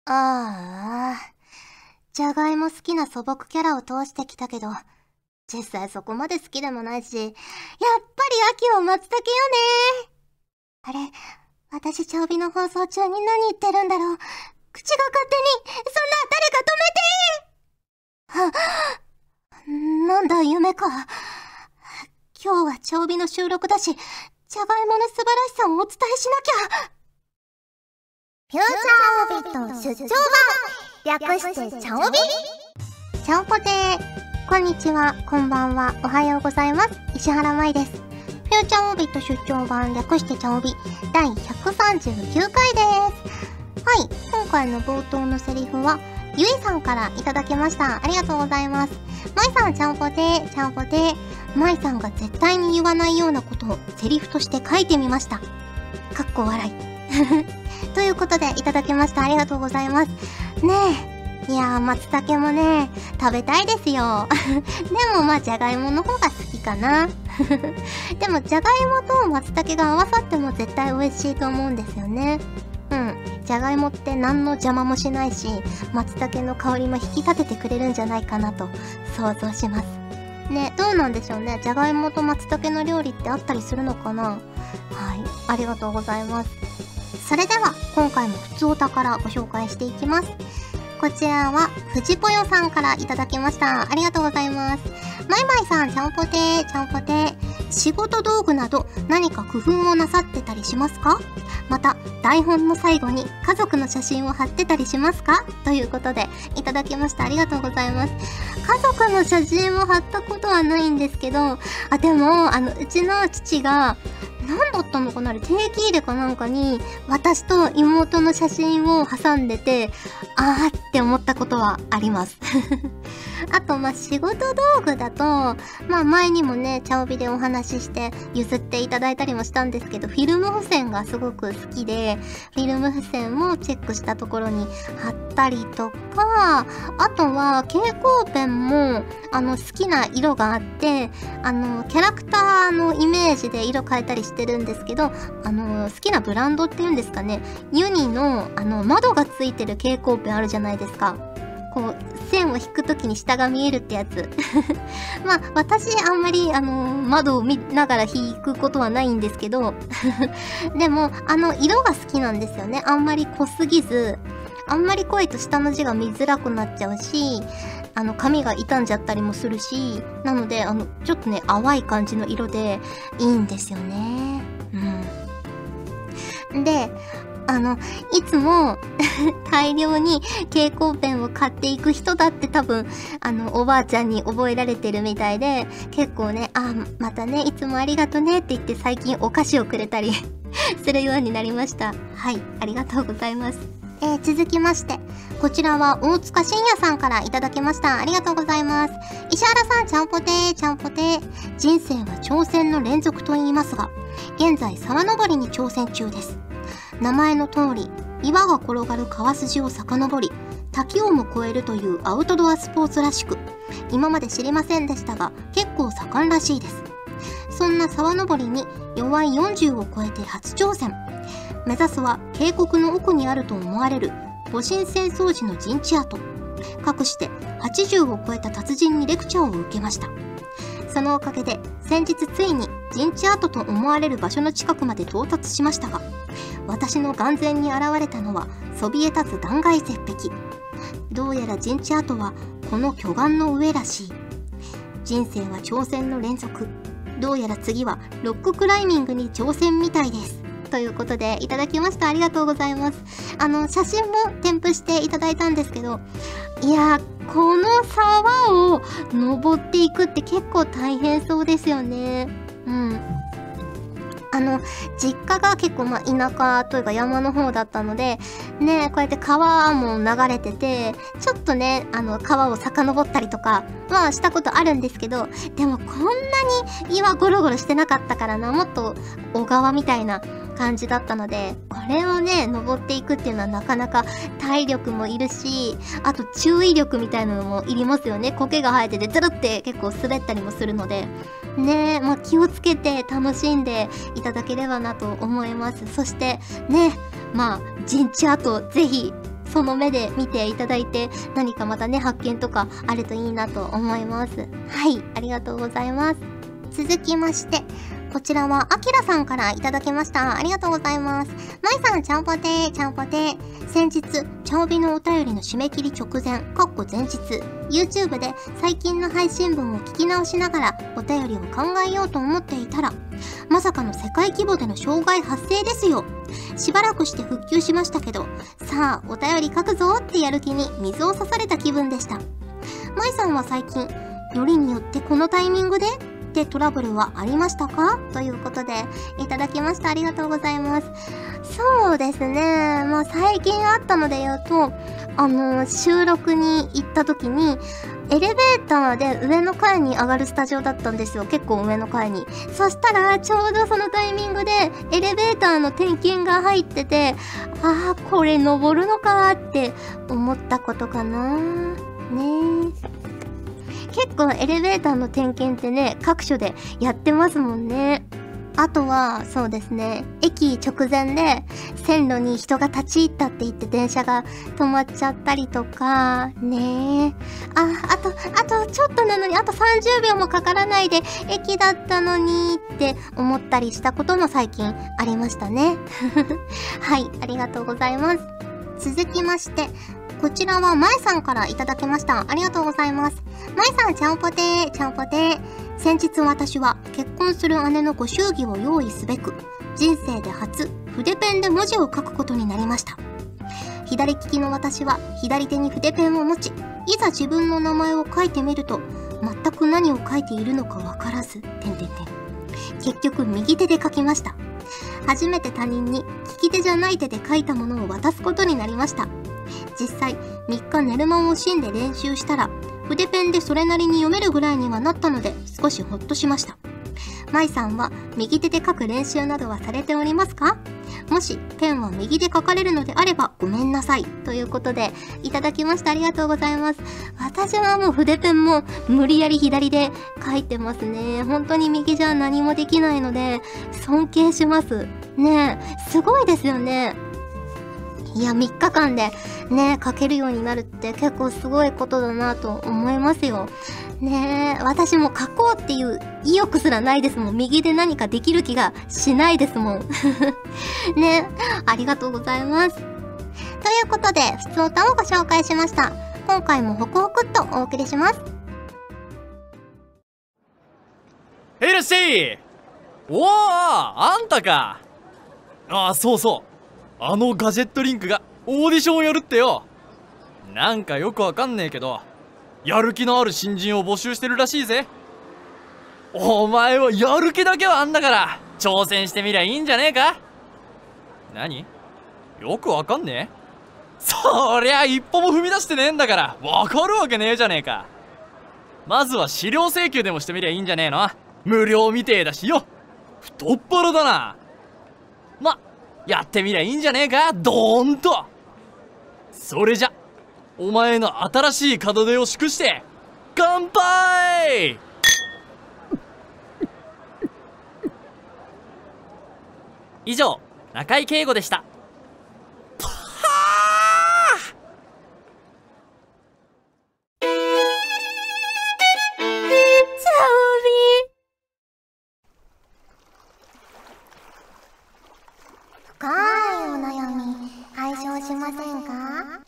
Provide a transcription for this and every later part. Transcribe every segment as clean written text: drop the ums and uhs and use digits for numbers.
ああ、じゃがいも好きな素朴キャラを通してきたけど、実際そこまで好きでもないし、やっぱり秋は松茸よね。あれ、私チャオビの放送中に何言ってるんだろう。口が勝手に、そんな誰か止めて。なんだ夢か。今日はチャオビの収録だし、じゃがいもの素晴らしさをお伝えしなきゃ。 フューチャーオビット出張版、略してチャオビ。 チャオポテー。こんにちは、こんばんは、おはようございます。石原舞です。フューチャーオビット出張版、略してチャオビ第139回です。はい、今回の冒頭のセリフはゆいさんからいただきました。ありがとうございます。まいさん、チャオポテー、チャオポテー。まいさんが絶対に言わないようなことをセリフとして書いてみました。かっこ笑い。ということでいただきました。ありがとうございます。ねえ。いやー、松茸もね、食べたいですよ。でもまあ、じゃがいもの方が好きかな。でも、じゃがいもと松茸が合わさっても絶対美味しいと思うんですよね。うん。じゃがいもって何の邪魔もしないし、松茸の香りも引き立ててくれるんじゃないかなと想像します。ね、どうなんでしょうね。じゃがいもと松茸の料理ってあったりするのかな？はい。ありがとうございます。それでは、今回もふつおたからご紹介していきます。こちらは、ふじぽよさんからいただきました。ありがとうございます。まいまいさん、ちゃんぽてー、ちゃんぽてー。仕事道具など何か工夫をなさってたりしますか？また、台本の最後に家族の写真を貼ってたりしますか？ということで、いただきました。ありがとうございます。家族の写真を貼ったことはないんですけど、でも、うちの父が、何だったのかな、定期入れかなんかに私と妹の写真を挟んでて、あーって思ったことはあります。あと、仕事道具だと、前にもね、チャオビでお話しして譲っていただいたりもしたんですけど、フィルム付箋がすごく好きで、フィルム付箋もチェックしたところに貼ったりとか、あとは蛍光ペンも、好きな色があって、キャラクターのイメージで色変えたりしてるんですけど、好きなブランドっていうんですかね、ユニの、窓がついてる蛍光ペンあるじゃないですか。こう、線を引くときに下が見えるってやつ。私あんまり、窓を見ながら引くことはないんですけど、でも、色が好きなんですよね。あんまり濃すぎず、あんまり濃いと下の字が見づらくなっちゃうし、髪が傷んじゃったりもするし、なので、ちょっとね、淡い感じの色でいいんですよね。うん。で、いつも大量に蛍光ペンを買っていく人だって多分、おばあちゃんに覚えられてるみたいで、結構ね、またね、いつもありがとねって言って最近お菓子をくれたりするようになりました。はい、ありがとうございます。続きまして、こちらは大塚信也さんからいただきました。ありがとうございます。石原さん、ちゃんぽてー、ちゃんぽてー。人生は挑戦の連続と言いますが、現在沢登りに挑戦中です。名前の通り、岩が転がる川筋を遡り、滝をも越えるというアウトドアスポーツらしく、今まで知りませんでしたが、結構盛んらしいです。そんな沢登りに弱い40を超えて初挑戦。目指すは渓谷の奥にあると思われる戊辰戦争時の陣地跡。かくして80を超えた達人にレクチャーを受けました。そのおかげで先日ついに陣地跡と思われる場所の近くまで到達しましたが、私の眼前に現れたのはそびえ立つ断崖絶壁。どうやら陣地跡はこの巨岩の上らしい。人生は挑戦の連続。どうやら次はロッククライミングに挑戦みたいです。ということでいただきました。ありがとうございます。写真も添付していただいたんですけど、いやー、この沢を登っていくって結構大変そうですよね。うん。実家が結構田舎というか山の方だったので、ね、こうやって川も流れてて、ちょっとね、川を遡ったりとかはしたことあるんですけど、でもこんなに岩ゴロゴロしてなかったからな、もっと小川みたいな感じだったので、これをね、登っていくっていうのはなかなか体力もいるし、あと注意力みたいなのもいりますよね。苔が生えててズルって結構滑ったりもするので、ね、気をつけて楽しんでいただければなと思います。そしてね、陣地跡ぜひその目で見ていただいて、何かまたね、発見とかあるといいなと思います。はい、ありがとうございます。続きまして、こちらはあきらさんからいただきました。ありがとうございます。まいさん、ちゃんぽてー、ちゃんぽてー。先日、チャオビのお便りの締め切り直前、前日、YouTube で最近の配信分を聞き直しながらお便りを考えようと思っていたら、まさかの世界規模での障害発生ですよ。しばらくして復旧しましたけど、さあ、お便り書くぞってやる気に水を差された気分でした。まいさんは最近、よりによってこのタイミングでってトラブルはありましたか？ということでいただきました。ありがとうございます。そうですね、まあ最近あったので言うと、収録に行った時にエレベーターで上の階に上がるスタジオだったんですよ。結構上の階に。そしたらちょうどそのタイミングでエレベーターの点検が入ってて、ああこれ登るのかって思ったことかな。ねえ。結構エレベーターの点検ってね、各所でやってますもんね。あとは、そうですね、駅直前で線路に人が立ち入ったって言って電車が止まっちゃったりとか、ねえ。あとちょっとなのに、あと30秒もかからないで駅だったのにって思ったりしたことも最近ありましたね。はい、ありがとうございます。続きまして、こちらはまえさんからいただきました。ありがとうございます。まえさん、ちゃんぽてー、ちゃんぽてー。先日私は結婚する姉のご祝儀を用意すべく、人生で初、筆ペンで文字を書くことになりました。左利きの私は左手に筆ペンを持ち、いざ自分の名前を書いてみると、全く何を書いているのかわからず、結局右手で書きました。初めて他人に利き手じゃない手で書いたものを渡すことになりました。実際3日寝る間を惜しんで練習したら筆ペンでそれなりに読めるぐらいにはなったので少しほっとしました。まいさんは右手で書く練習などはされておりますか？もしペンは右で書かれるのであればごめんなさいということでいただきました。ありがとうございます。私はもう筆ペンも無理やり左で書いてますね。本当に右じゃ何もできないので尊敬しますね。えすごいですよね。いや、3日間でね、書けるようになるって結構すごいことだなと思いますよ。ねえ、私も書こうっていう意欲すらないですもん。右で何かできる気がしないですもん。ね、ありがとうございます。ということで、ふつおたをご紹介しました。今回もホクホクっとお送りします。 いらっしゃい。おー、あんたか。そうそう。あのガジェットリンクがオーディションをやるってよ。なんかよくわかんねえけど、やる気のある新人を募集してるらしいぜ。お前はやる気だけはあんだから挑戦してみりゃいいんじゃねえか。何？よくわかんねえ？そりゃ一歩も踏み出してねえんだからわかるわけねえじゃねえか。まずは資料請求でもしてみりゃいいんじゃねえの？無料みてえだしよ。太っ腹だな。やってみりゃいいんじゃねえか、ドーンと。それじゃお前の新しい門出を祝して乾杯。以上、中井圭吾でした。 深いお悩み解消しませんか？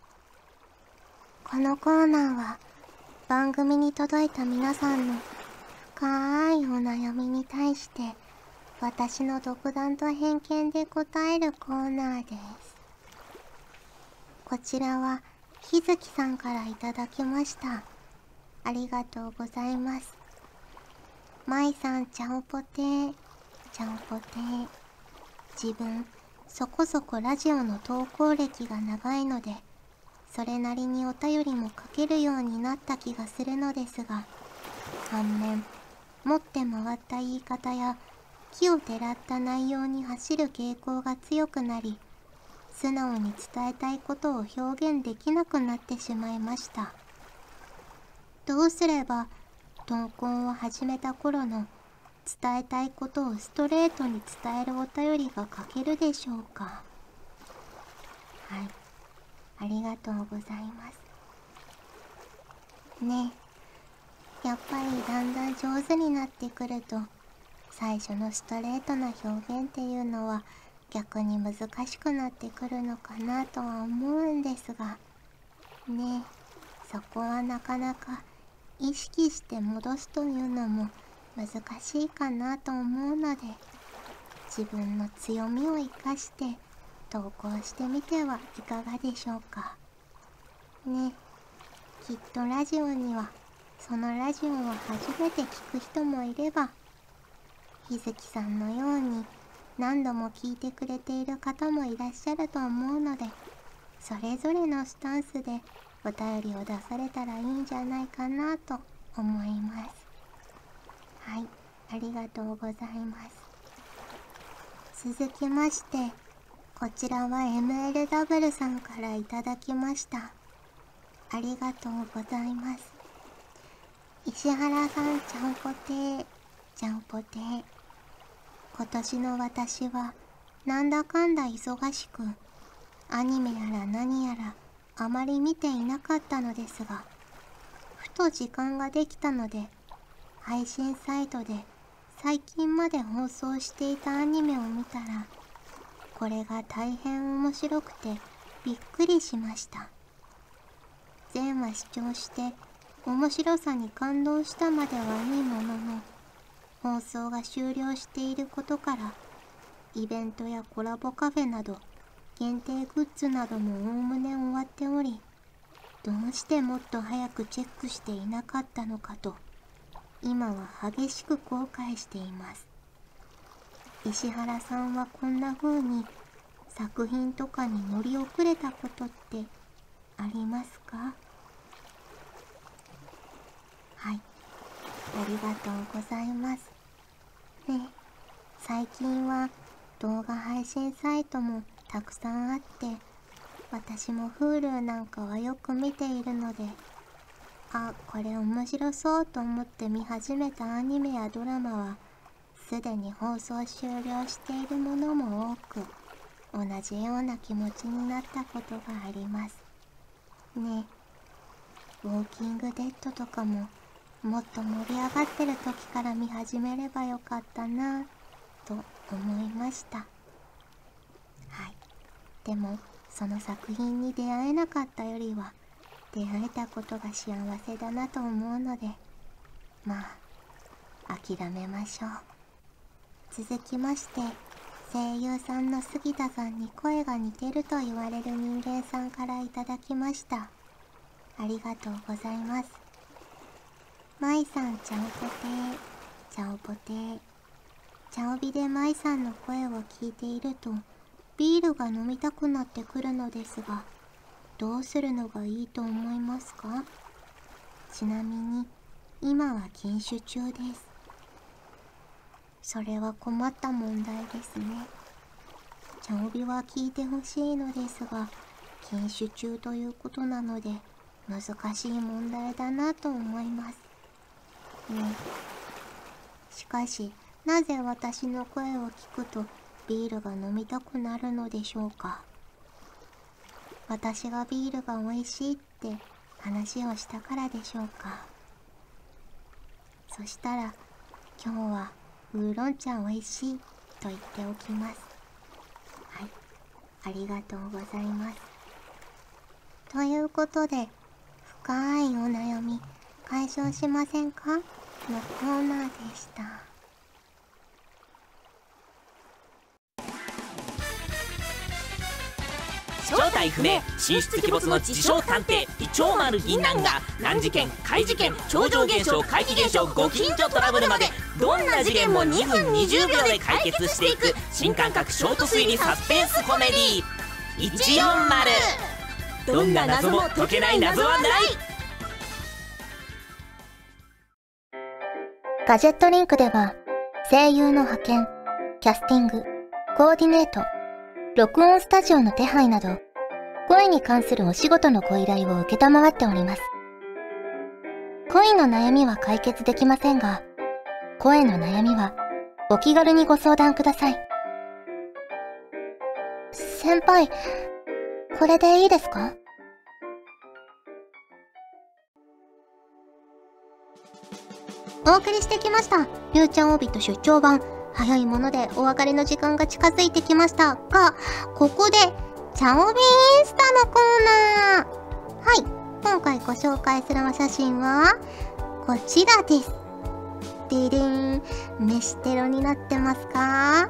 このコーナーは番組に届いた皆さんの深いお悩みに対して私の独断と偏見で答えるコーナーです。こちらは日月さんからいただきました。ありがとうございます。まいさん、ちゃんぽてー、ちゃんぽてー。自分そこそこラジオの投稿歴が長いのでそれなりにお便りも書けるようになった気がするのですが、反面持って回った言い方や奇をてらった内容に走る傾向が強くなり、素直に伝えたいことを表現できなくなってしまいました。どうすれば投稿を始めた頃の伝えたいことをストレートに伝えるお便りが書けるでしょうか。はい。 ありがとうございます。ねえ、やっぱりだんだん上手になってくると、最初のストレートな表現っていうのは逆に難しくなってくるのかなとは思うんですが、ねえ、そこはなかなか意識して戻すというのも難しいかなと思うので、自分の強みを生かして投稿してみてはいかがでしょうか。ね、きっとラジオにはそのラジオを初めて聞く人もいれば、日月さんのように何度も聞いてくれている方もいらっしゃると思うので、それぞれのスタンスでお便りを出されたらいいんじゃないかなと思います。はい、ありがとうございます。続きまして、こちらは MLW さんからいただきました。ありがとうございます。石原さん、ちゃんぽてー、ちゃんぽてー。今年の私はなんだかんだ忙しく、アニメやら何やらあまり見ていなかったのですが、ふと時間ができたので、配信サイトで最近まで放送していたアニメを見たら、これが大変面白くてびっくりしました。全話視聴して面白さに感動したまではいいものの、放送が終了していることから、イベントやコラボカフェなど限定グッズなどもおおむね終わっており、どうしてもっと早くチェックしていなかったのかと、今は激しく後悔しています。石原さんはこんな風に作品とかに乗り遅れたことってありますか？はい、ありがとうございます。ね、最近は動画配信サイトもたくさんあって、私も Hulu なんかはよく見ているので、あ、これ面白そうと思って見始めたアニメやドラマは、すでに放送終了しているものも多く、同じような気持ちになったことがあります。ね、ウォーキングデッドとかも、もっと盛り上がってる時から見始めればよかったなぁと思いました。はい。でもその作品に出会えなかったよりは出会えたことが幸せだなと思うので、まあ諦めましょう。続きまして、声優さんの杉田さんに声が似てると言われる人間さんからいただきました。ありがとうございます。まいさん、ちゃんぽてー、ちゃおぽてー。ちゃおびでまいさんの声を聞いていると、ビールが飲みたくなってくるのですが、どうするのがいいと思いますか？ちなみに、今は禁酒中です。それは困った問題ですね。ちゃおびは聞いてほしいのですが、禁酒中ということなので、難しい問題だなと思います。ね。しかし、なぜ私の声を聞くとビールが飲みたくなるのでしょうか。私がビールが美味しいって話をしたからでしょうか。そしたら、今日はウーロン茶美味しいと言っておきます。はい、ありがとうございます。ということで、深いお悩み解消しませんかのコーナーでした。 正体不明、神出鬼没の自称探偵イチョウマル銀杏が難事件、怪事件、超常現象、怪奇現象、ご近所トラブルまでどんな事件も2分20秒で解決していく新感覚ショート推理サスペンスコメディー140。どんな謎も解けない謎はない。 ガジェットリンクでは声優の派遣、キャスティング、コーディネート、録音スタジオの手配など声に関するお仕事のご依頼を承っております。恋の悩みは解決できませんが、声の悩みはお気軽にご相談ください。先輩、これでいいですか？ お送りしてきましたフューチャーオービット出張版。早いものでお別れの時間が近づいてきましたが、ここでチャオビインスタのコーナー。はい、今回ご紹介するお写真はこちらです。ででん、飯テロになってますかはい、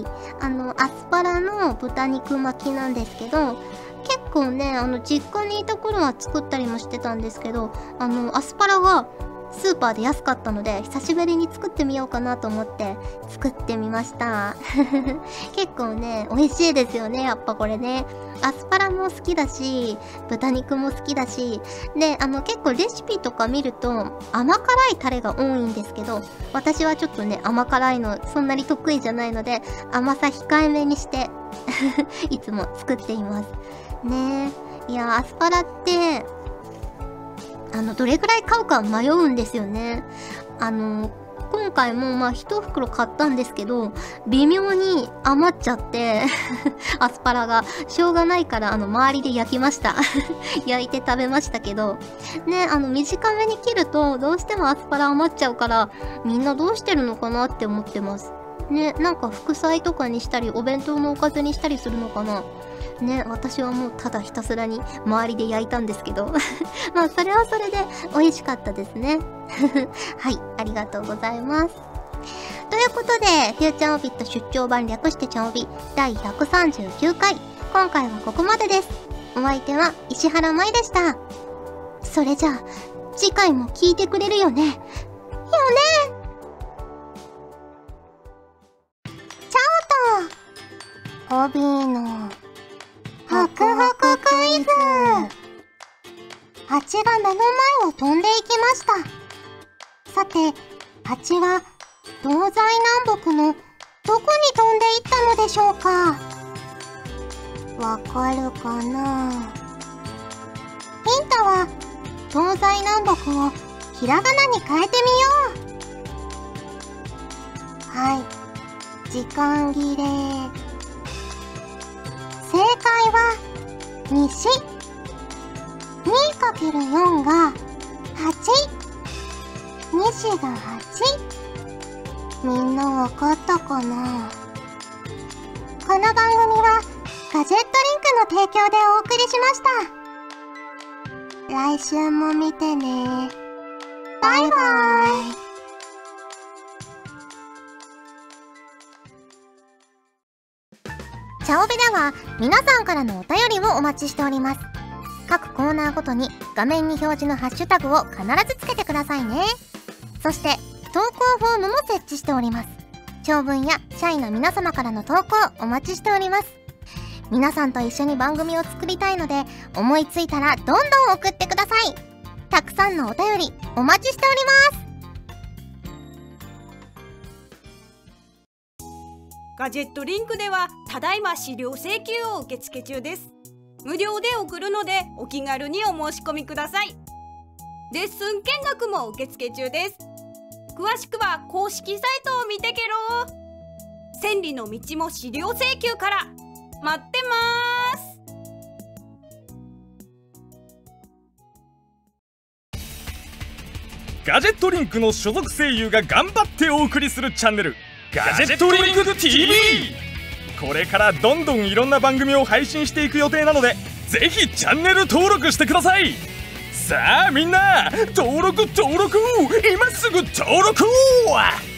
アスパラの豚肉巻きなんですけど、結構ね、実家にいた頃は作ったりもしてたんですけど、アスパラがスーパーで安かったので、久しぶりに作ってみようかなと思って作ってみました結構ね、美味しいですよね、やっぱこれね。アスパラも好きだし、豚肉も好きだし、で、結構レシピとか見ると甘辛いタレが多いんですけど、私はちょっとね、甘辛いのそんなに得意じゃないので、甘さ控えめにしていつも作っていますね。いや、アスパラってどれくらい買うか迷うんですよね。今回も一袋買ったんですけど、微妙に余っちゃってアスパラがしょうがないから周りで焼きました焼いて食べましたけどね、短めに切るとどうしてもアスパラ余っちゃうから、みんなどうしてるのかなって思ってますね。なんか副菜とかにしたりお弁当のおかずにしたりするのかなね。私はもうただひたすらに周りで焼いたんですけどまあそれはそれで美味しかったですねはい、ありがとうございます。ということで、フューチャーオビット出張版略してチャオビ第139回、今回はここまでです。お相手は石原舞でした。それじゃあ次回も聞いてくれるよね。よね。チャオとホビーのホクホククイズ。蜂が目の前を飛んでいきました。さて、蜂は東西南北のどこに飛んでいったのでしょうか。わかるかな。ヒントは東西南北をひらがなに変えてみよう。はい、時間切れ。正解は西。 2×4 が8。西が8。みんなわかったかな。この番組はガジェットリンクの提供でお送りしました。来週も見てね。バイバイ。チャオベでは皆さんからのお便りをお待ちしております。各コーナーごとに画面に表示のハッシュタグを必ずつけてくださいね。そして投稿フォームも設置しております。長文や社員の皆様からの投稿お待ちしております。皆さんと一緒に番組を作りたいので、思いついたらどんどん送ってください。たくさんのお便りお待ちしております。 ガジェットリンクではただいま資料請求を受付中です。無料で送るのでお気軽にお申し込みください。レッスン見学も受付中です。詳しくは公式サイトを見てけろ。千里の道も資料請求から待ってます。 ガジェットリンクの所属声優が頑張ってお送りするチャンネル、ガジェットリンク TV。 これからどんどんいろんな番組を配信していく予定なので、ぜひチャンネル登録してください。さあみんな、登録今すぐ登録。